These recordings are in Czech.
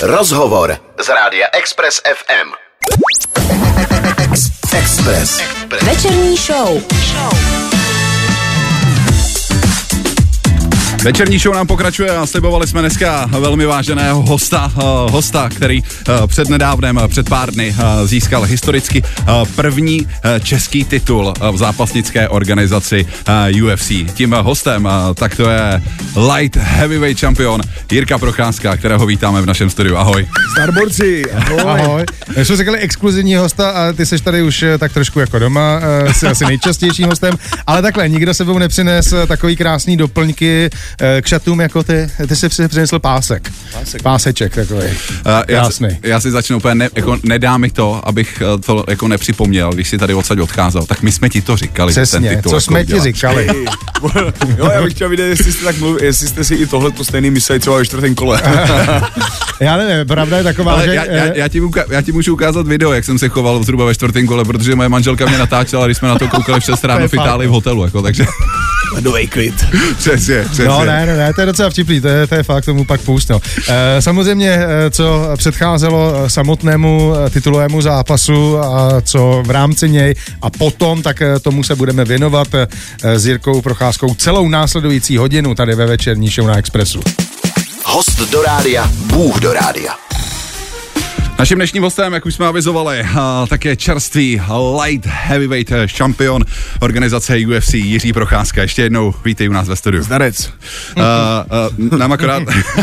Rozhovor z rádia Express FM. Express. Večerní show. Večerní show nám pokračuje a slibovali jsme dneska velmi váženého hosta, který před pár dny získal historicky první český titul v zápasnické organizaci UFC. Tím hostem tak to je light heavyweight champion Jirka Procházka, kterého vítáme v našem studiu. Ahoj. Starborci, ahoj. My jsme řekli exkluzivní hosta a ty seš tady už tak trošku jako doma, jsi asi nejčastějším hostem, ale takhle, nikdo sebou nepřines takový krásný doplňky k šatům jako ty si přinesl páseček takový, krásný. Já si začnu úplně, nedá mi to, abych to jako nepřipomněl, když si tady odsaď odcházel, tak my jsme ti to říkali. Přesně, ten titul, co jsme ti říkali. Jo, já bych chtěl vidět, jestli jste tak mluvili, jestli jste si i tohleto stejný mysleli třeba ve čtvrtém kole. Já nevím, pravda je taková, ale že... Já ti můžu ukázat video, jak jsem se choval zhruba ve čtvrtém kole, protože moje manželka mě natáčela, když jsme na to koukali v 6 ráno v Itálii v hotelu, jako, takže... Ledovej klid. Přesně. No ne, to je docela vtipný, to je fakt, tomu pak půst, no. Samozřejmě, co předcházelo samotnému titulovému zápasu a co v rámci něj a potom, tak tomu se budeme věnovat s Jirkou Procházkou celou následující hodinu tady ve večerní show na Expressu. Host do rádia, Bůh do rádia. Naším dnešním hostem, jak už jsme avizovali, tak je čerstvý light heavyweight šampion organizace UFC Jiří Procházka. Ještě jednou vítej u nás ve studiu. Zdarec. Nám akorát...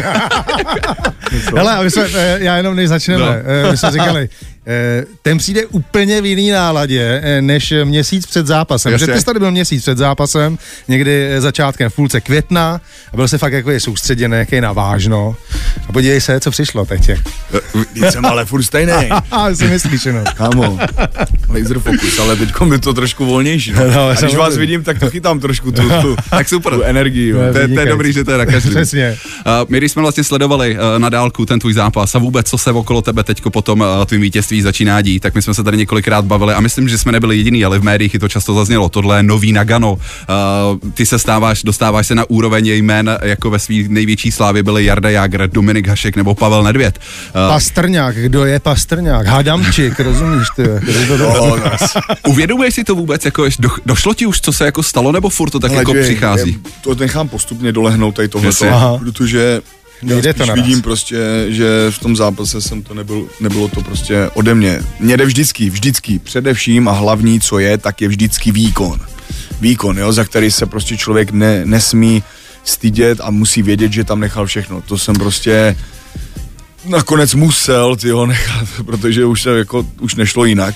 Hele, já jenom než začneme, my jsme říkali, ten přijde úplně v jiný náladě, než měsíc před zápasem. Protože ty jsi tady byl měsíc před zápasem, někdy začátkem v půlce května a byl se fakt jako soustředěný, jaký na vážno. A podívej se, co přišlo teď. Jsem ale furt stejný. Si myslíš, no. Kámo, laser focus, ale teďko mi to trošku volnější. No. A když vás vidím, tak to chytám trošku tu tak super. Tu energii. To je dobrý, že to je na každý. Přesně. My když jsme vlastně sledovali na dálku ten tvůj zápas a vůbec, co se okolo tebe teďko potom tvým vítězství začíná dít, tak my jsme se tady několikrát bavili a myslím, že jsme nebyli jediný, ale v médiích i to často zaznělo. Tohle je nový Nagano. Ty se dostáváš se na úroveň jmén, jako ve svý největší slávě byly Jarda Jágr, Dominik Hašek nebo Pavel Nedvěd. Pastrňák, kdo je Pastrňák? Hadamčík, rozumíš ty? Uvědomuješ si to vůbec, jako došlo ti už, co se jako stalo, nebo furt to tak jako přichází? To nechám postupně dolehnout tady tohleto, protože já spíš vidím prostě, že v tom zápase jsem to nebylo to prostě ode mě. Mně jde vždycky, především a hlavní, co je, tak je vždycky výkon, jo, za který se prostě člověk nesmí stydět a musí vědět, že tam nechal všechno. To jsem prostě nakonec musel nechat, protože už nešlo jinak.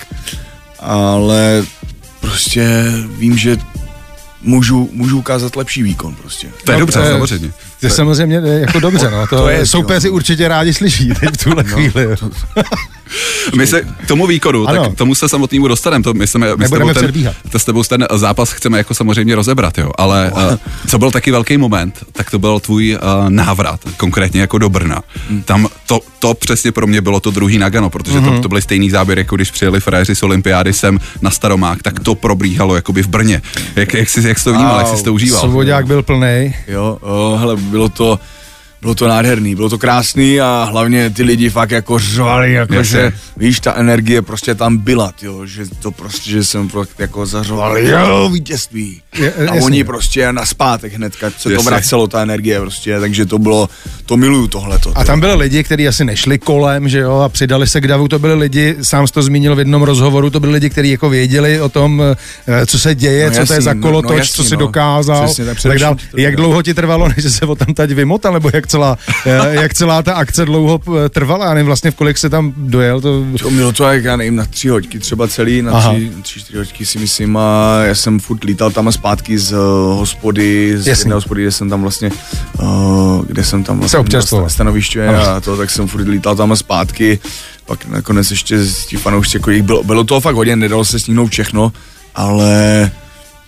Ale prostě vím, že můžu ukázat lepší výkon prostě. To je dobře, samozřejmě. To je samozřejmě jako dobře, no. To soupeři určitě rádi slyší teď v tuhle chvíli. My se k tomu výkonu, tak tomu se samotnému dostaneme. S tebou ten zápas chceme jako samozřejmě rozebrat, jo. Ale co byl taky velký moment, tak to byl tvůj návrat, konkrétně jako do Brna. Tam to přesně pro mě bylo to druhý Nagano, protože to byly stejný záběr, jako když přijeli frajeři z olympiády sem na Staromák, tak to probíhalo jakoby v Brně. Jak jsi to vnímal, jak jsi to užíval? Svobodák byl plnej. Jo, hele, bylo to nádherný, bylo to krásný a hlavně ty lidi fakt jako řvali, jakože víš, ta energie prostě tam byla, jo, že to prostě, že jsem jako zařval, jo, vítězství. A oni prostě naspátek hnedka se to vracelo, ta energie prostě, takže to miluju tohleto. A tam byly lidi, kteří asi nešli kolem, že jo, a přidali se k davu, to byli lidi, sám jsi to zmínil v jednom rozhovoru, to byli lidi, kteří jako věděli o tom, co se děje, co to je za kolotoč, co si dokázal, přesně, tak dál. Jak dlouho ti trvalo, než se o tam teď vymotal, nebo jak celá ta akce dlouho trvala, já nevím vlastně, v kolik se tam dojel. Mělo to, já nevím, na 3 hodiny třeba celý, na 3-4 hodiny si myslím a já jsem furt lítal tam a zpátky z hospody, z jedné hospody, kde jsem tam vlastně měl stanoviště a to, tak jsem furt lítal tam a zpátky, pak nakonec ještě ti fanoušci, jako bylo toho fakt hodně, nedalo se sníhnout všechno, ale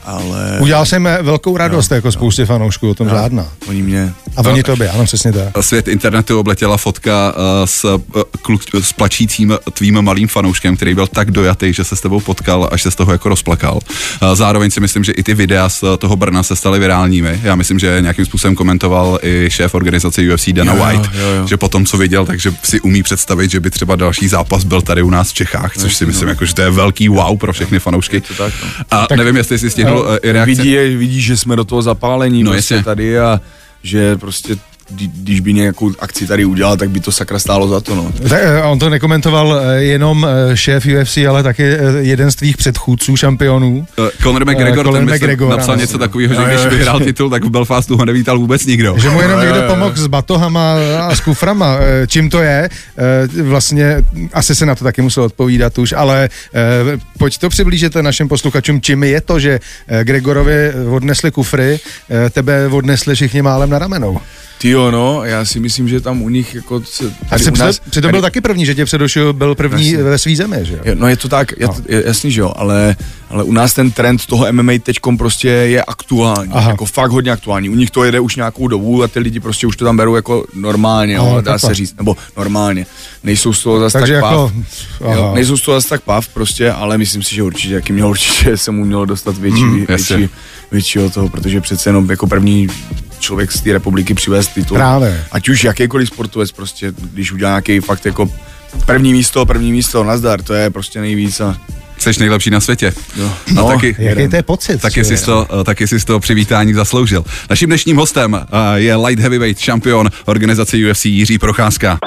ale... Udělal jsem velkou radost jako spoustě fanoušků, o tom žádná. Oni mě... A oni tobě, ano, přesně tak. Svět internetu obletěla fotka s plačícím tvým malým fanouškem, který byl tak dojatý, že se s tebou potkal, až se z toho jako rozplakal. Zároveň si myslím, že i ty videa z toho Brna se staly virálními. Já myslím, že nějakým způsobem komentoval i šéf organizace UFC Dana White, že potom, co viděl, takže si umí představit, že by třeba další zápas byl tady u nás v Čechách, což si myslím, jako, že to je velký wow pro všechny fanoušky. A tak, nevím, jestli jsi stihnul i reakce. Vidí, že jsme do toho zapálení prostě tady a že prostě když by nějakou akci tady udělal, tak by to sakra stálo za to, no. Tak, on to nekomentoval jenom šéf UFC, ale taky jeden z tvých předchůdců šampionů. Conor McGregor napsal něco takového, že když vyhrál titul, tak v Belfastu ho nevítal vůbec nikdo. Že mu jenom někdo pomohl s batohama a s kuframa. Čím to je? Vlastně asi se na to taky musel odpovídat už, ale pojď to přiblížit našim posluchačům, čím je to, že Gregorovi odnesli kufry, tebe odnesli všichni málem na ramenou. Tyjo, no, já si myslím, že tam u nich jako... Přitom byl taky první, že tě předošel, byl první jasný. Ve svý zemi, že jo? No je to tak, jasný, že jo, ale u nás ten trend toho MMA teďkom prostě je aktuální, jako fakt hodně aktuální. U nich to jede už nějakou dobu a ty lidi prostě už to tam berou jako normálně, dá se říct, nebo normálně. Nejsou z toho zase tak jako, pav. Nejsou z toho zase tak pav prostě, ale myslím si, že určitě se mu mělo dostat většího toho, protože přece jenom jako první člověk z té republiky přivést titul. Právě. Ať už jakýkoliv sportovec prostě, když udělá nějaký fakt jako první místo, nazdar, to je prostě nejvíc a... Jseš nejlepší na světě. No, taky, jaký to je pocit? Taky jsi to přivítání zasloužil. Naším dnešním hostem je light heavyweight šampion organizace UFC Jiří Procházka.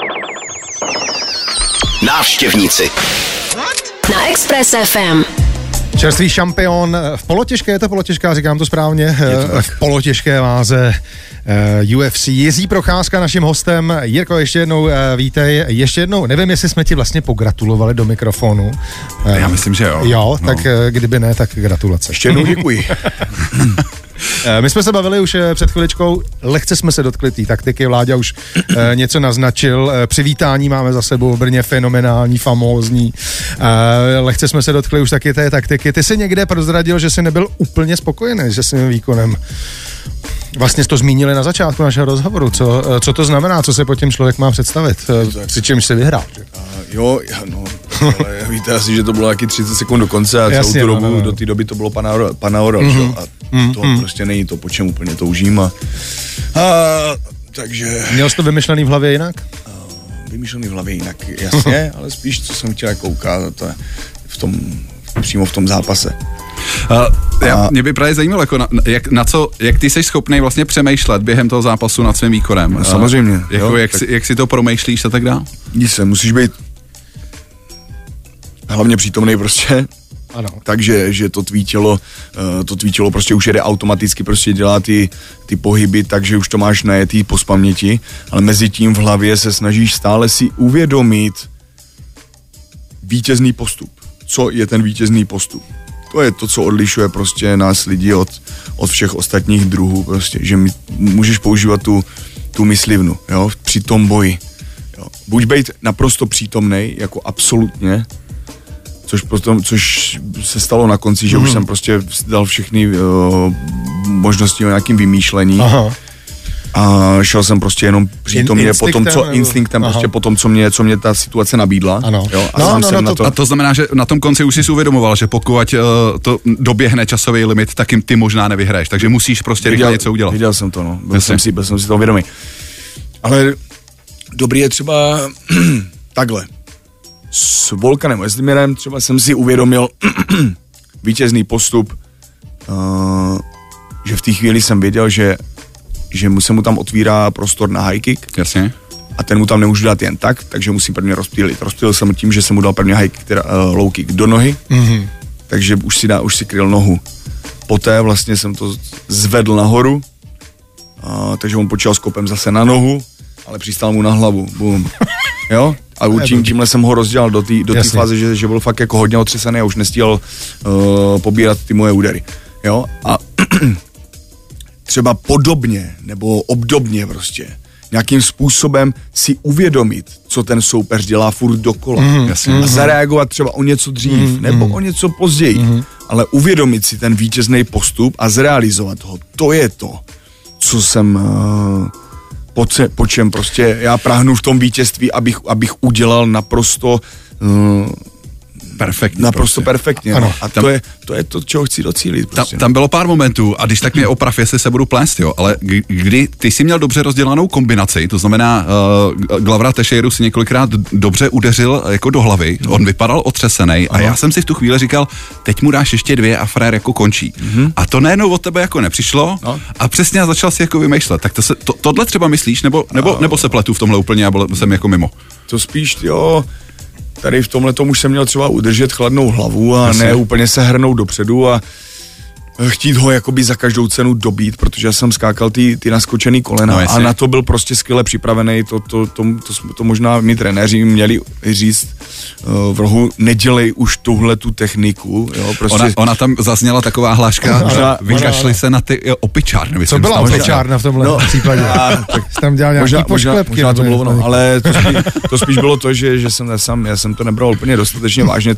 Návštěvníci na Express FM. Čerstvý šampion v polotěžké, je to polotěžká, říkám to správně, v polotěžké váze UFC. Jiří Procházka naším hostem. Jirko, ještě jednou vítej. Ještě jednou, nevím, jestli jsme ti vlastně pogratulovali do mikrofonu. Já myslím, že jo. Jo, tak kdyby ne, tak gratulace. Ještě jednou děkuji. My jsme se bavili už před chviličkou, lehce jsme se dotkli té taktiky, Vláďa už něco naznačil, přivítání máme za sebou v Brně fenomenální, famózní, lehce jsme se dotkli už taky té taktiky. Ty jsi někde prozradil, že jsi nebyl úplně spokojený se svým výkonem. Vlastně jsi to zmínili na začátku našeho rozhovoru, co to znamená, co se pod tím člověk má představit, při čemž se vyhrál. Jo, no, ale víte asi, že to bylo taky 30 sekund do konce a celou tu dobu, do té doby to bylo Panaoro, a to prostě není to, po čem úplně toužím a takže... Měl jsi to vymyšlený v hlavě jinak? Vymyšlený v hlavě jinak, jasně, ale spíš, co jsem chtěl jako ukázat, to je přímo v tom zápase. Mě by právě zajímalo, jako jak ty jsi schopný vlastně přemýšlet během toho zápasu nad svým výkonem. No, samozřejmě. Jako jak si to promýšlíš a tak dále? Musíš být hlavně přítomnej prostě. Ano. Takže že to tvý tělo prostě už jede automaticky, prostě dělá ty pohyby, takže už to máš najetý po spaměti, ale mezi tím v hlavě se snažíš stále si uvědomit vítězný postup. Co je ten vítězný postup? To je to, co odlišuje prostě nás lidi od všech ostatních druhů, prostě, že můžeš používat tu myslivnu, jo, při tom boji. Jo. Buď být naprosto přítomnej, jako absolutně, což se stalo na konci, že už jsem prostě dal všechny možnosti o nějakým vymýšlení. Aha. A šel jsem prostě jenom přítomně instinktem prostě po tom, co mě ta situace nabídla. Ano. Jo, a to znamená, že na tom konci už jsi uvědomoval, že pokud to doběhne časový limit, tak ty možná nevyhraješ, takže musíš prostě rychle něco udělat. Viděl jsem to, no. Byl jsem si toho vědomý. Ale dobrý je třeba takhle. S Volkanem Oezdemírem třeba jsem si uvědomil vítězný postup, že v té chvíli jsem věděl, že se mu tam otvírá prostor na high kick. Jasně. A ten mu tam nemůžu dát jen tak, takže musím prvně rozptýlit. Rozptýlil jsem tím, že jsem mu dal prvně high kick, low kick do nohy, takže už si kryl nohu. Poté vlastně jsem to zvedl nahoru, takže on počítal s kopem zase na nohu, ale přistál mu na hlavu. Boom. Jo? A tímhle jsem ho rozdělal do té fáze, že byl fakt jako hodně otřesaný a už nestíhal pobírat ty moje údery. Jo? A třeba podobně nebo obdobně prostě nějakým způsobem si uvědomit, co ten soupeř dělá furt dokola. A zareagovat třeba o něco dřív, nebo o něco později. Ale uvědomit si ten vítězný postup a zrealizovat ho. To je to, co jsem... po čem prostě já práhnu v tom vítězství, abych udělal naprosto perfektně. Naprosto perfektně. Ano. A to je to, čeho chci docílit. Prostě. Tam bylo pár momentů, a když tak mě oprav, jestli se budu plést, jo, ale kdy ty jsi měl dobře rozdělanou kombinaci, to znamená Glavra Teixeiru si několikrát dobře udeřil jako do hlavy, on vypadal otřesený a já jsem si v tu chvíli říkal, teď mu dáš ještě 2 a frér jako končí. A to najednou od tebe jako nepřišlo a přesně začal si jako vymýšlet. Tak tohle třeba myslíš, nebo se pletu v tomhle úplně a jsem jako mimo? To spíš, jo... Tady v tomhletom už jsem měl třeba udržet chladnou hlavu a ne úplně se hrnout dopředu a chtít ho jakoby za každou cenu dobít, protože já jsem skákal ty naskočený kolena a na to byl prostě skvěle připravený, to možná mi trenéři měli říct v rohu, nedělej už tuhle tu techniku. Jo, prostě. Ona tam zazněla taková hláška, že vykašli se na ty opičárny. Co byla opičárna v tomhle případě? Tam dělal nějaký pošklepky. Možná to bylo ono, ale to spíš bylo to, že já jsem to nebral úplně dostatečně vážně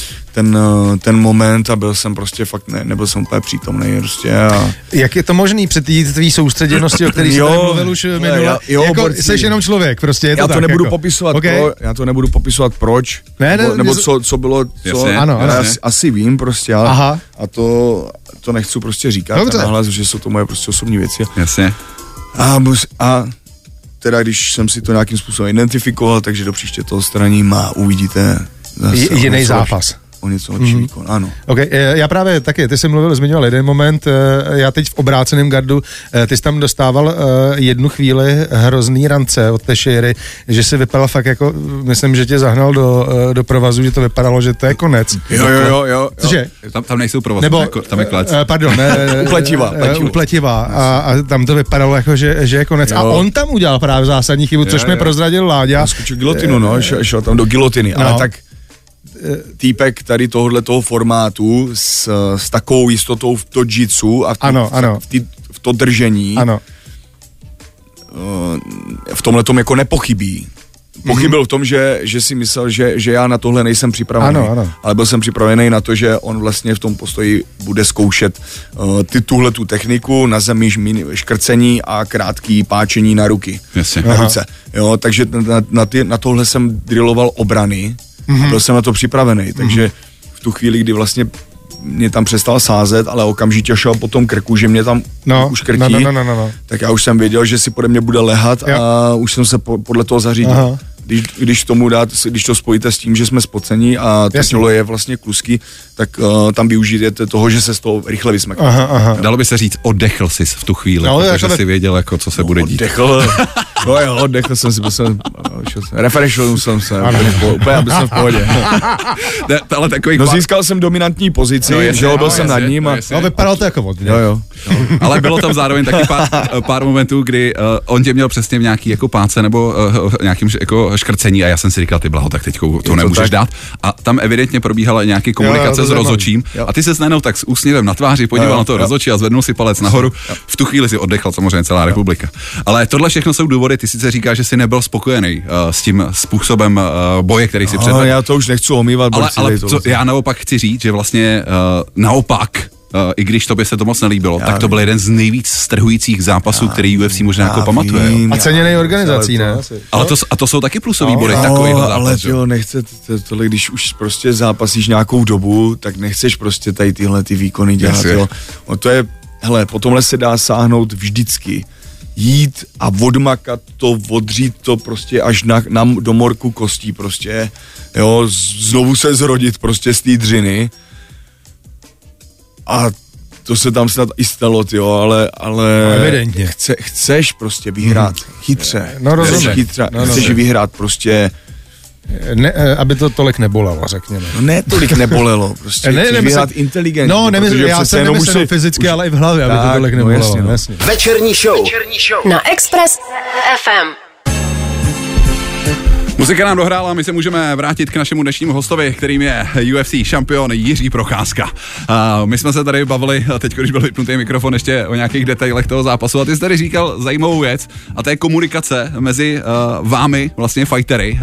ten moment a byl jsem prostě fakt nebyl jsem úplně přítomnej prostě. Jak je to možný při té tvý soustředěnosti, o který jsi tady mluvil už minule? Jako jsi jenom člověk, prostě je to já tak. To nebudu popisovat, já to nebudu popisovat proč, nebo co bylo, ano, asi vím prostě, a to nechci prostě říkat nahlas, že jsou to moje prostě osobní věci. Jasně. A teda když jsem si to nějakým způsobem identifikoval, takže do příště toho straním a uvidíte zase jiný zápas. O něco lepší výkon, ano. Okay, já právě taky, ty jsi zmiňoval jeden moment, já teď v obráceném gardu, ty jsi tam dostával jednu chvíli hrozný rance od Teixeiry, že si vypadal fakt jako, myslím, že tě zahnal do provazu, že to vypadalo, že to je konec. Jo. Cože? Tam nejsou provazy, tam je klec. Pardon, upletivá a tam to vypadalo jako, že je konec. Jo. A on tam udělal právě zásadní chybu, což mi prozradil Láďa. Skočil gilotinu, šel tam do gilotiny, ale tak týpek tady tohoto formátu s takovou jistotou v to jitsu a v to držení v tomhletom jako nepochybí. Pochybil v tom, že si myslel, že já na tohle nejsem připravený. Ale byl jsem připravený na to, že on vlastně v tom postoji bude zkoušet tuhletu techniku na zemi, škrcení a krátký páčení na ruky. Na ruce. Jo, takže na tohle jsem drilloval obrany. A byl jsem na to připravený, takže v tu chvíli, kdy vlastně mě tam přestal sázet, ale okamžitě šel po tom krku, že mě tam už krtí, tak já už jsem věděl, že si pode mě bude lehat a už jsem se podle toho zařídil. Když to spojíte s tím, že jsme spocení a to tělo je vlastně klusky, tak tam využijete toho, že se z toho rychle vysmekne. Dalo by se říct, oddechl jsi v tu chvíli, protože jsi věděl, jako, co se bude dít. Oddechl jsem si, refreshil jsem se, úplně, aby jsem v pohodě. Získal jsem dominantní pozici, byl jsem nad ním. Vypadalo to jako vodně. Ale bylo tam zároveň taky pár momentů, kdy on tě měl přesně v nějaký jako páce nebo nějakým jako škrcení a já jsem si říkal, ty blaho, tak teď to nemůžeš dát. A tam evidentně probíhala nějaký komunikace s rozhodčím a ty se najednou tak s úsměvem na tváři podíval na toho rozhodčí a zvednul si palec nahoru. V tu chvíli si oddechl samozřejmě celá republika. Ale tohle všechno jsou důvody, ty sice říkáš, že jsi nebyl spokojený s tím způsobem boje, který si předvedl. Já to už nechci omývat. Ale já naopak chci říct, že vlastně naopak i když tobě se to moc nelíbilo, tak to byl jeden z nejvíc strhujících zápasů, který UFC možná jako pamatuje. A ceněnej organizací, ne? Ale to jsou taky plusový body, takovýhle zápas. Ale jo, nechcete tohle, když už prostě zápasíš nějakou dobu, tak nechceš prostě tady tyhle ty výkony dělat, jo. To je, hele, po tomhle se dá sáhnout vždycky. Jít a odmakat to, odřít to prostě až do morku kostí prostě, jo, znovu se zrodit prostě z té dřiny. A to se tam snad i stalo, jo, ale evidentně. Chceš prostě vyhrát chytře. Chceš vyhrát prostě... Ne, aby to tolik nebolelo, řekněme. No ne, tolik nebolelo, prostě chceš vyhrát inteligentně. No, já jsem nemyslel fyzicky, ale i v hlavě, aby to tolik nebolelo. Jasně. Večerní show na Express FM. Muzika nám dohrála, my se můžeme vrátit k našemu dnešnímu hostovi, kterým je UFC šampion Jiří Procházka. My jsme se tady bavili, teď když byl vypnutý mikrofon, ještě o nějakých detailech toho zápasu a ty jsi tady říkal zajímavou věc a to je komunikace mezi vámi, vlastně fightery.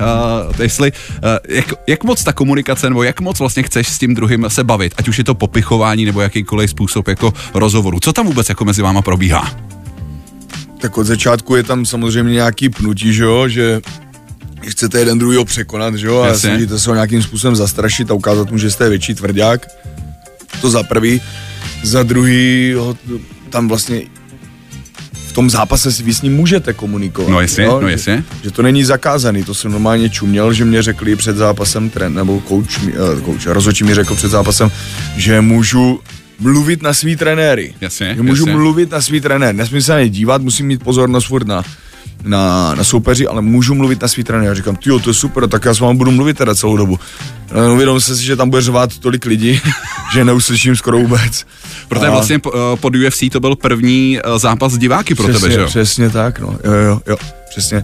Jak moc ta komunikace, nebo jak moc vlastně chceš s tím druhým se bavit, ať už je to popichování nebo jakýkoliv způsob jako rozhovoru. Co tam vůbec jako mezi váma probíhá? Tak od začátku je tam samozřejmě nějaký pnutí, že jo, že chcete jeden druhýho překonat, že jo, a snažíte se ho nějakým způsobem zastrašit a ukázat mu, že jste větší tvrdák. To za prvý. Za druhý, tam vlastně v tom zápase si vy s ním můžete komunikovat. No jasně. Že to není zakázaný, to jsem normálně čuměl, že mě řekli před zápasem, nebo rozhodčí mi řekl před zápasem, že můžu mluvit na svý trenéry. Jasně. Můžu mluvit na svý trenéry. Nesmím se na ně dívat, musím mít pozornost furt na soupeři, ale můžu mluvit na svý trenéry. Já říkám, tyjo, to je super, tak já s vámi budu mluvit teda celou dobu. Uvědomil jsem si, že tam bude řvát tolik lidí, že neuslyším skoro vůbec. Protože vlastně pod UFC to byl první zápas s diváky pro tebe, že jo? Přesně tak, no. Jo, přesně.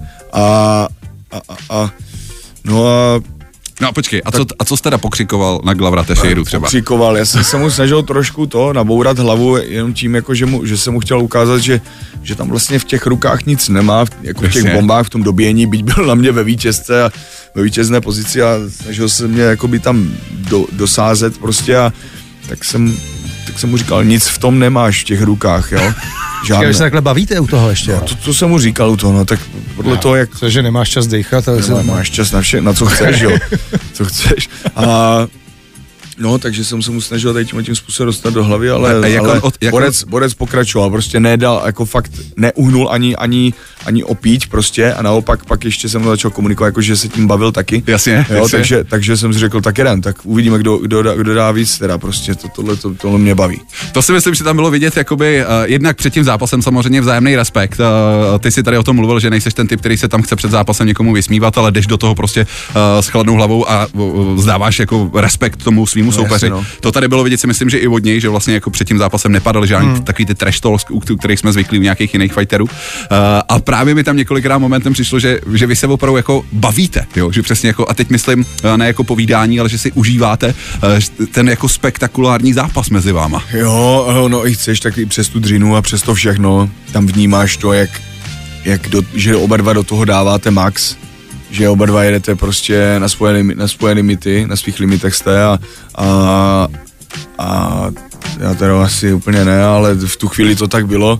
No počkej, a co jsi teda pokřikoval na Glavra Teixeiru třeba? Pokřikoval, já jsem se mu snažil trošku nabourat hlavu, jenom tím, jako, že jsem mu chtěl ukázat, že tam vlastně v těch rukách nic nemá, jako v těch bombách, v tom dobíjení, byť byl na mě ve vítězce a ve vítězné pozici a snažil se mě jakoby tam dosázet prostě a tak jsem mu říkal, nic v tom nemáš v těch rukách, jo. Žádné. Když se takhle bavíte u toho ještě. No, to jsem mu říkal u toho, no tak podle toho, jak... Cože nemáš čas dejchat. Máš čas na co chceš, jo. Co chceš. No, takže jsem se mu snažil tady tím způsobem dostat do hlavy, ale borec pokračoval, prostě nedal, jako fakt neuhnul ani opíť prostě a naopak pak ještě jsem začal komunikovat, jako že se tím bavil taky. Jasně. Takže jsem si řekl, tak jeden, tak uvidíme, kdo dá víc, teda prostě tohle mě baví. To si myslím, že tam bylo vidět, jakoby jednak před tím zápasem samozřejmě vzájemný respekt. Ty si tady o tom mluvil, že nejseš ten typ, který se tam chce před zápasem někomu vysmívat, ale jdeš do toho prostě s chladnou hlavou a zdáváš jako respekt tomu svýmu soupeři. No. To tady bylo vidět, si myslím, že i od něj, že vlastně jako před tím zápasem nepadaly žádný takový ty trash talks, u kterých jsme zvyklí u nějakých jiných fighterů. A právě mi tam několikrát momentem přišlo, že vy se opravdu jako bavíte, jo? Že přesně jako, a teď myslím ne jako povídání, ale že si užíváte ten jako spektakulární zápas mezi váma. Jo, no i chceš tak i přes tu dřinu a přes to všechno, tam vnímáš to, že oba dva do toho dáváte max, že oba dva jedete prostě na svoje limity, na svých limitech jste a já teda asi úplně ne, ale v tu chvíli to tak bylo.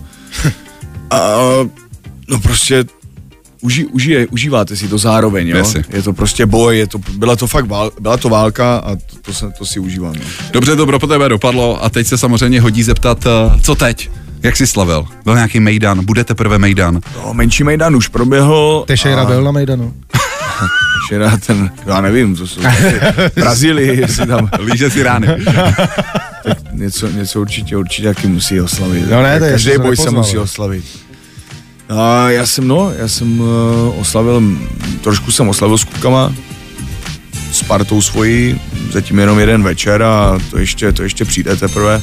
No prostě užíváte si to zároveň, jo? Je to prostě boj, byla to válka a to si užívám. No. Dobře, to pro tebe dopadlo a teď se samozřejmě hodí zeptat, co teď? Jak jsi slavil? Byl nějaký mejdan? Bude teprve mejdan? No, menší mejdan už proběhl. Teixeira byl na mejdanu. Teixeira já nevím, to jsou Brazílii, jestli tam. Líže si rány. Tak něco určitě taky musí oslavit. No ne, každý boj se musí oslavit. Já jsem oslavil, trošku jsem oslavil s klukama, s partou svojí, zatím jenom jeden večer a to ještě přijde teprve.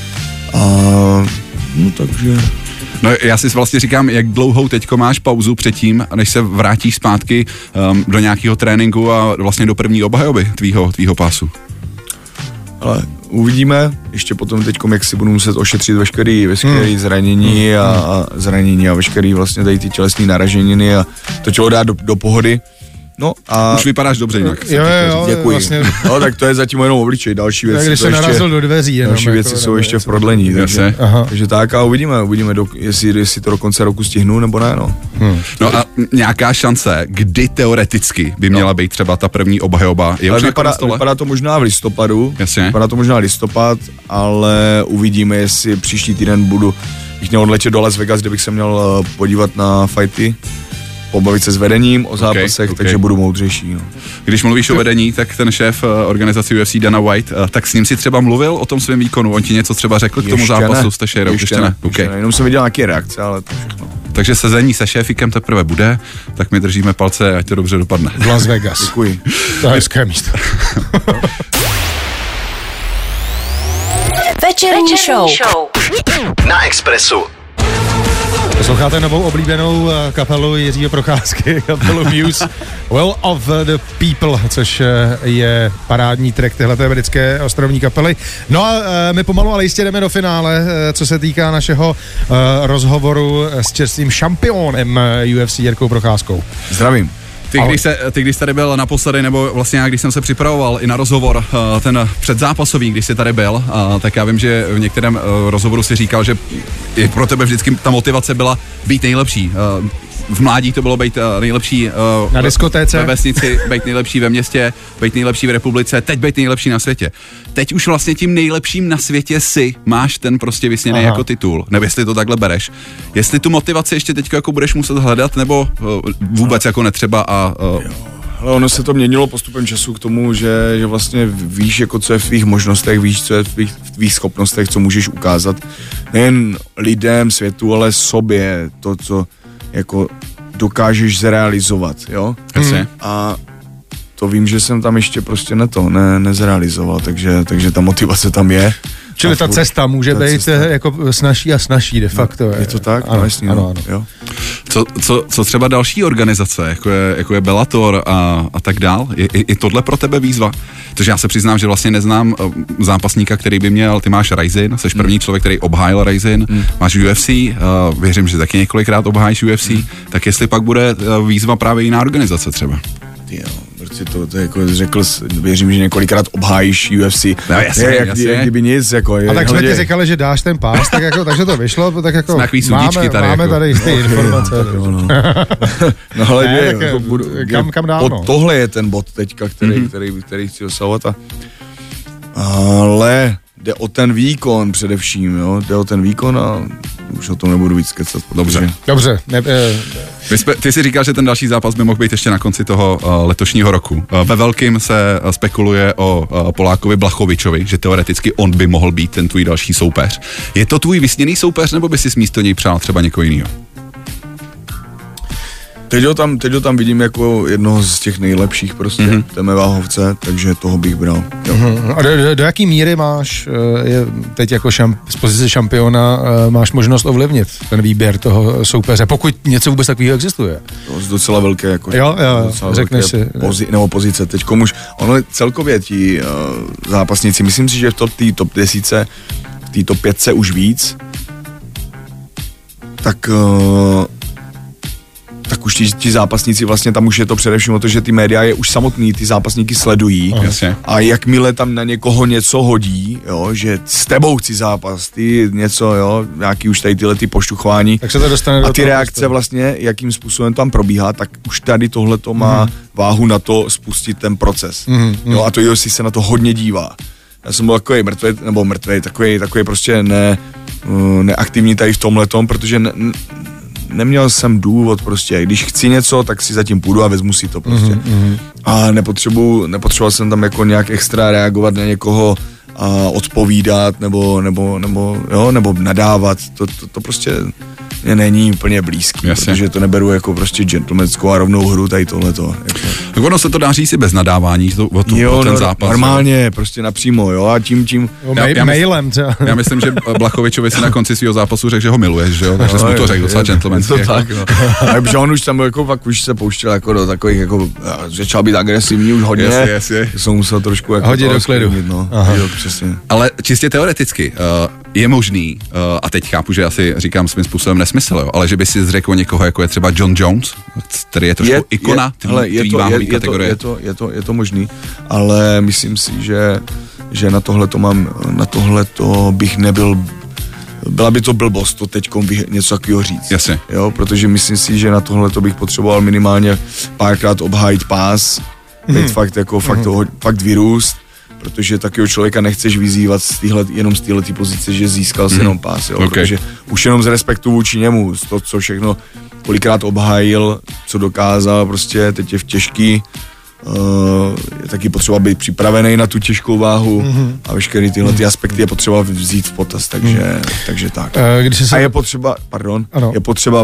No takže... No já si vlastně říkám, jak dlouhou teďko máš pauzu předtím, než se vrátíš zpátky do nějakého tréninku a vlastně do první obhajoby tvýho pásu. Ale uvidíme, ještě potom teďkom, jak si budu muset ošetřit veškerý zranění a veškerý vlastně tady ty tělesné naraženiny a to tělo dát do pohody. No a... Už vypadáš dobře jinak. Jo, děkuji. Vlastně... No tak to je zatím jenom obličej, další věci. Když se narazil do dveří. Další věci jsou ještě v prodlení. Takže tak a uvidíme, jestli to do konce roku stihnu nebo ne. No a nějaká šance, kdy teoreticky by měla být třeba ta první obhajoba? Je už vypadá to možná v listopadu. Vypadá to možná listopad, ale uvidíme, jestli příští týden bych měl odletět do Las Vegas, kde bych se měl podívat na fighty. Pobavit se s vedením o zápasech, takže budu moudřejší. No. Když mluvíš o vedení, tak ten šéf organizace UFC Dana White, tak s ním si třeba mluvil o tom svém výkonu? On ti něco třeba řekl k tomu zápasu s Teixeirou? Ještě ne. Jenom jsem viděl nějaké reakce, ale to všechno. Takže sezení se šéfikem teprve bude, tak my držíme palce, ať to dobře dopadne. V Las Vegas. Děkuji. To je hezké místo. Večerní show. Na Expressu. Posloucháte novou oblíbenou kapelu Jiřího Procházky, kapelu Muse, Will of the People, což je parádní track téhleté britské ostrovní kapely. No a my pomalu, ale jistě jdeme do finále, co se týká našeho rozhovoru s čerstvým šampionem UFC Jirkou Procházkou. Zdravím. Ty, když tady byl naposledy, nebo vlastně já, když jsem se připravoval i na rozhovor, ten předzápasový, když jsi tady byl, tak já vím, že v některém rozhovoru si říkal, že pro tebe vždycky ta motivace byla být nejlepší. V mládí to bylo být nejlepší na diskotéce, ve vesnici, být nejlepší ve městě, být nejlepší v republice, teď být nejlepší na světě. Teď už vlastně tím nejlepším na světě máš ten prostě vysněný jako titul, nebo jestli to takhle bereš. Jestli tu motivaci ještě teď jako budeš muset hledat, nebo vůbec jako netřeba Ale ono se to měnilo postupem času k tomu, že vlastně víš, jako co je v tvých možnostech, víš, co je v tvých schopnostech, co můžeš ukázat nejen lidem, světu, ale sobě, to, co jako dokážeš zrealizovat, jo? A to vím, že jsem tam ještě prostě nezrealizoval, takže ta motivace tam je. Čili ta cesta může být jako snažší a snažší de facto. Je to tak? Ano, jasně, ano. Jo. Co třeba další organizace, jako je Bellator a tak dál? Je tohle pro tebe výzva? Protože já se přiznám, že vlastně neznám zápasníka, který by měl, ty máš Rizin, jsi první člověk, který obhájil Rizin, máš UFC, věřím, že taky několikrát obhájíš UFC, tak jestli pak bude výzva právě jiná organizace třeba? Jo, protože to jako řekl, věřím, že několikrát obhájíš UFC. No jasně, jak kdyby nic. Jako, a tak jsme ti říkali, že dáš ten pás, tak jako, takže to vyšlo, tak jako máme tady ty informace. No ale ne, jako kam dál, no. Tohle je ten bod teďka, který chci dosahovat. Ale jde o ten výkon především, jo? Jde o ten výkon a už o tom nebudu víc kecat. Dobře. Ty si říkal, že ten další zápas by mohl být ještě na konci toho letošního roku. Ve velkým se spekuluje o Polákovi Blachowiczovi, že teoreticky on by mohl být ten tvůj další soupeř. Je to tvůj vysněný soupeř, nebo by si místo něj přál třeba někoho jiného? Teď ho tam vidím jako jednoho z těch nejlepších prostě v té mé váhovce, takže toho bych bral. Jo. A do jaký míry máš teď jako z pozice šampiona máš možnost ovlivnit ten výběr toho soupeře, pokud něco vůbec takového existuje? To je docela velké jako. Jo, řekneš si. Pozice teď komuž. Ono celkově ti zápasníci, myslím si, že v top 10, v té top 5 už víc, tak už ti zápasníci vlastně tam už je to především o to, že ty média je už samotný, ty zápasníky sledují a jakmile tam na někoho něco hodí, jo, že s tebou chci zápas, ty něco, jo, nějaký už tady tyhle ty poštuchování tak se to dostane a ty reakce vlastně, jakým způsobem tam probíhá, tak už tady tohle to má váhu na to spustit ten proces. Jo, a to UFC se na to hodně dívá. Já jsem byl mrtvej, takový prostě neaktivní tady v tomhletom, protože neměl jsem důvod prostě, když chci něco, tak si zatím půjdu a vezmu si to prostě. A nepotřeboval jsem tam jako nějak extra reagovat na někoho a odpovídat nebo nadávat. To prostě mě není úplně blízký, protože to neberu jako prostě gentlemanskou a rovnou hru tady tohleto. Tak ono se to dá říct si bez nadávání o ten zápas. Normálně, prostě napřímo, jo, a tím... Mailem třeba. Já myslím, že Blachowiczovi si na konci svého zápasu řekl, že ho miluješ, že jo, takže jsi mu to řekl docela gentlemansky. To tak, no. A on už tam jako fakt už se pouštěl jako do takových jako, začal být agresivní už hodně. Jsem musel trošku jako... Hodně do klidu. No, přesně. Ale čistě teoreticky, je možný, a teď chápu, že asi říkám svým způsobem nesmysl, jo, ale že by si zřekl někoho, jako je třeba John Jones, který je trošku ikona tvý váhový kategorie. Je to možný, ale myslím si, že na tohleto bych nebyl, byla by to blbost to teďkom něco takového říct. Jasně. Jo, protože myslím si, že na tohleto bych potřeboval minimálně párkrát obhájit pás, být fakt vyrůst, protože takového člověka nechceš vyzývat jenom z téhletý pozice, že získal si jenom pás, jo, protože už jenom z respektu vůči němu, to, co všechno kolikrát obhájil, co dokázal, prostě teď je v těžký, je taky potřeba být připravený na tu těžkou váhu a veškeré tyhle ty aspekty je potřeba vzít v potaz, takže tak. A je potřeba, je potřeba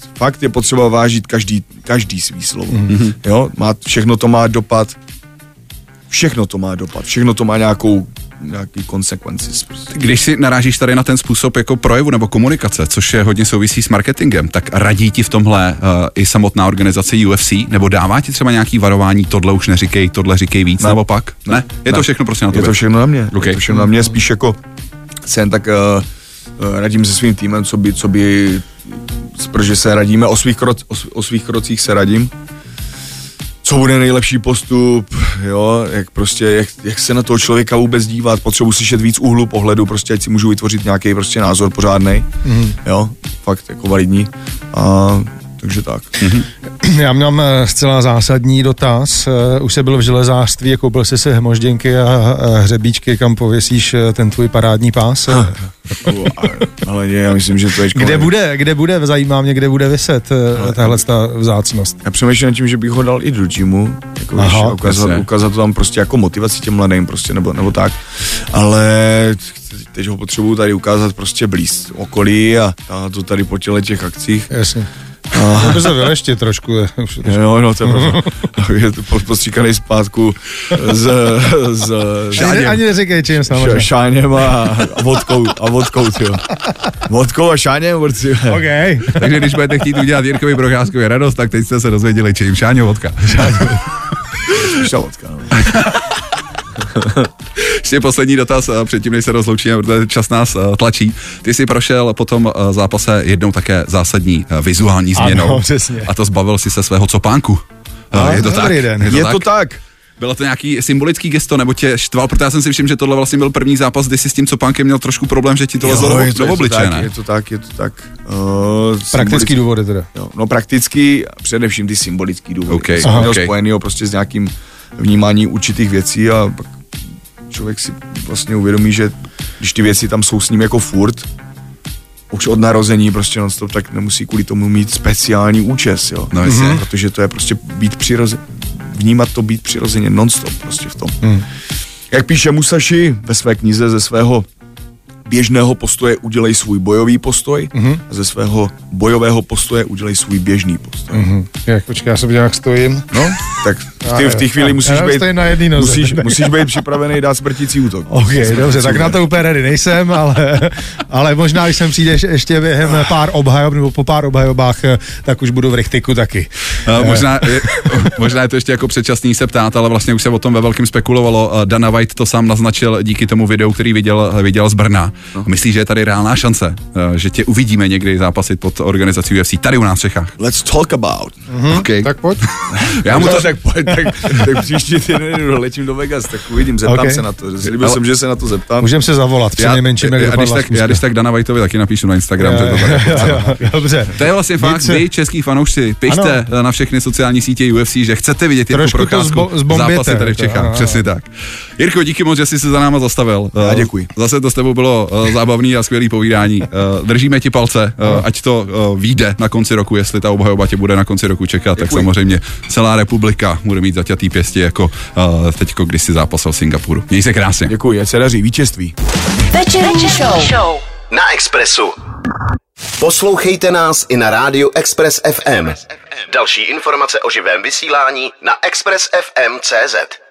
vážit každý svý slovo, jo, všechno to má dopad, všechno to má nějakou nějaký consequences. Prostě. Když si narážíš tady na ten způsob jako projevu nebo komunikace, což je hodně souvisí s marketingem, tak radí ti v tomhle i samotná organizace UFC, nebo dává ti třeba nějaký varování, tohle už neříkej, tohle říkej víc, nebo pak? Ne? Je to všechno prostě na tobě? Je to všechno na mě. Okay. Je to všechno na mě, spíš jako jsem tak radím se svým týmem, co by protože se radíme, o svých krocích se radím, co bude nejlepší postup, jo, jak se na toho člověka vůbec dívat, potřebuji slyšet víc úhlu pohledu, prostě ať si můžu vytvořit nějaký prostě názor pořádnej, jo, fakt jako validní, takže tak. Já mám zcela zásadní dotaz. Už jsi byl v železářství a koupil jsi si hmožděnky a hřebíčky, kam pověsíš ten tvůj parádní pás? Ale já myslím, že to je Kde bude, zajímá mě, kde bude vyset tahle vzácnost? Já přemýšlím tím, že bych ho dal i do gymu, jako ukázat to tam prostě jako motivaci těm mladým prostě, nebo tak, ale teď ho potřebuju tady ukázat prostě blíz okolí a to tady po těch akcích. Jasně. To by se vyleštit trošku. Jo, to je postříkanej zpátku z ani neříkej čím samozřejmě. Šáněm a vodkou, tyjo. Vodkou a šáněm, borci. Okay. Takže když budete chtít udělat Jirkovi Procházkovi radost, tak teď jste se dozvěděli čím. Šáňo, vodka. Vodka, no. Ještě poslední dotaz předtím, než se rozloučíme, protože čas nás tlačí. Ty jsi prošel po tom zápase jednou také zásadní vizuální změnou. Ano, přesně. A to zbavil si se svého copánku. Je to tak? Je to tak. Bylo to nějaký symbolický gesto, nebo tě štval, protože já jsem si všiml, že tohle vlastně byl první zápas, kdy jsi s tím copánkem měl trošku problém, že ti to lezlo do obličeje, ne? Je to tak. Praktický důvody teda. Jo, no praktický, především ty symbolický důvody. Okay. Měl spojenýho prostě s nějakým vnímání určitých věcí a pak člověk si vlastně uvědomí, že když ty věci tam jsou s ním jako furt, už od narození prostě non-stop, tak nemusí kvůli tomu mít speciální účes, jo. No, protože to je prostě být přirozeně, vnímat to být přirozeně non-stop prostě v tom. Jak píše Musashi ve své knize, ze svého běžného postoje udělej svůj bojový postoj a ze svého bojového postoje udělej svůj běžný postoj. Počkej, já se podívám, jak stojím. No, tak v té chvíli musíš být připravený dát smrtící útok. Ok, dobře, tak na to úplně ready nejsem, ale možná, když sem přijdeš ještě během pár obhajob, nebo po pár obhajobách, tak už budu v richtiku taky. Možná je to ještě jako předčasný se ptát, ale vlastně už se o tom ve velkým spekulovalo. Dana White to sám naznačil díky tomu videu, který viděl z Brna. No. Myslíš, že je tady reálná šance, že tě uvidíme někdy zápasit pod organizací UFC tady u nás v Čechách? Let's talk about. Okay. Tak pojď. Já mu to tak příští týden letím do Vegas, tak uvidím, zeptám se na to. Slíbil jsem, že se na to zeptám. Můžeme se zavolat, přinejmenším. Já když tak Dana Whiteovi taky napíšu na Instagram. Dobře. To je vlastně fakt, vy český fanoušci, pište na všechny sociální sítě UFC, že chcete vidět Jirku Procházku zápasy tady v Čechách. Přesně tak. Jirko, díky moc, že jsi se za náma zastavil. Já děkuji. Zase to s tebou bylo zábavný a skvělý povídání. Držíme ti palce, ať to vyjde na konci roku, jestli ta obhajoba tě bude na konci roku čekat, tak samozřejmě celá republika bude mít zaťatý pěstí, jako teďko, když si zápasil v Singapuru. Měj se krásně. Děkuji, ať se daří vítězství. Večerní show na Expressu. Poslouchejte nás i na rádiu Express FM. Další informace o živém vysílání na expressfm.cz.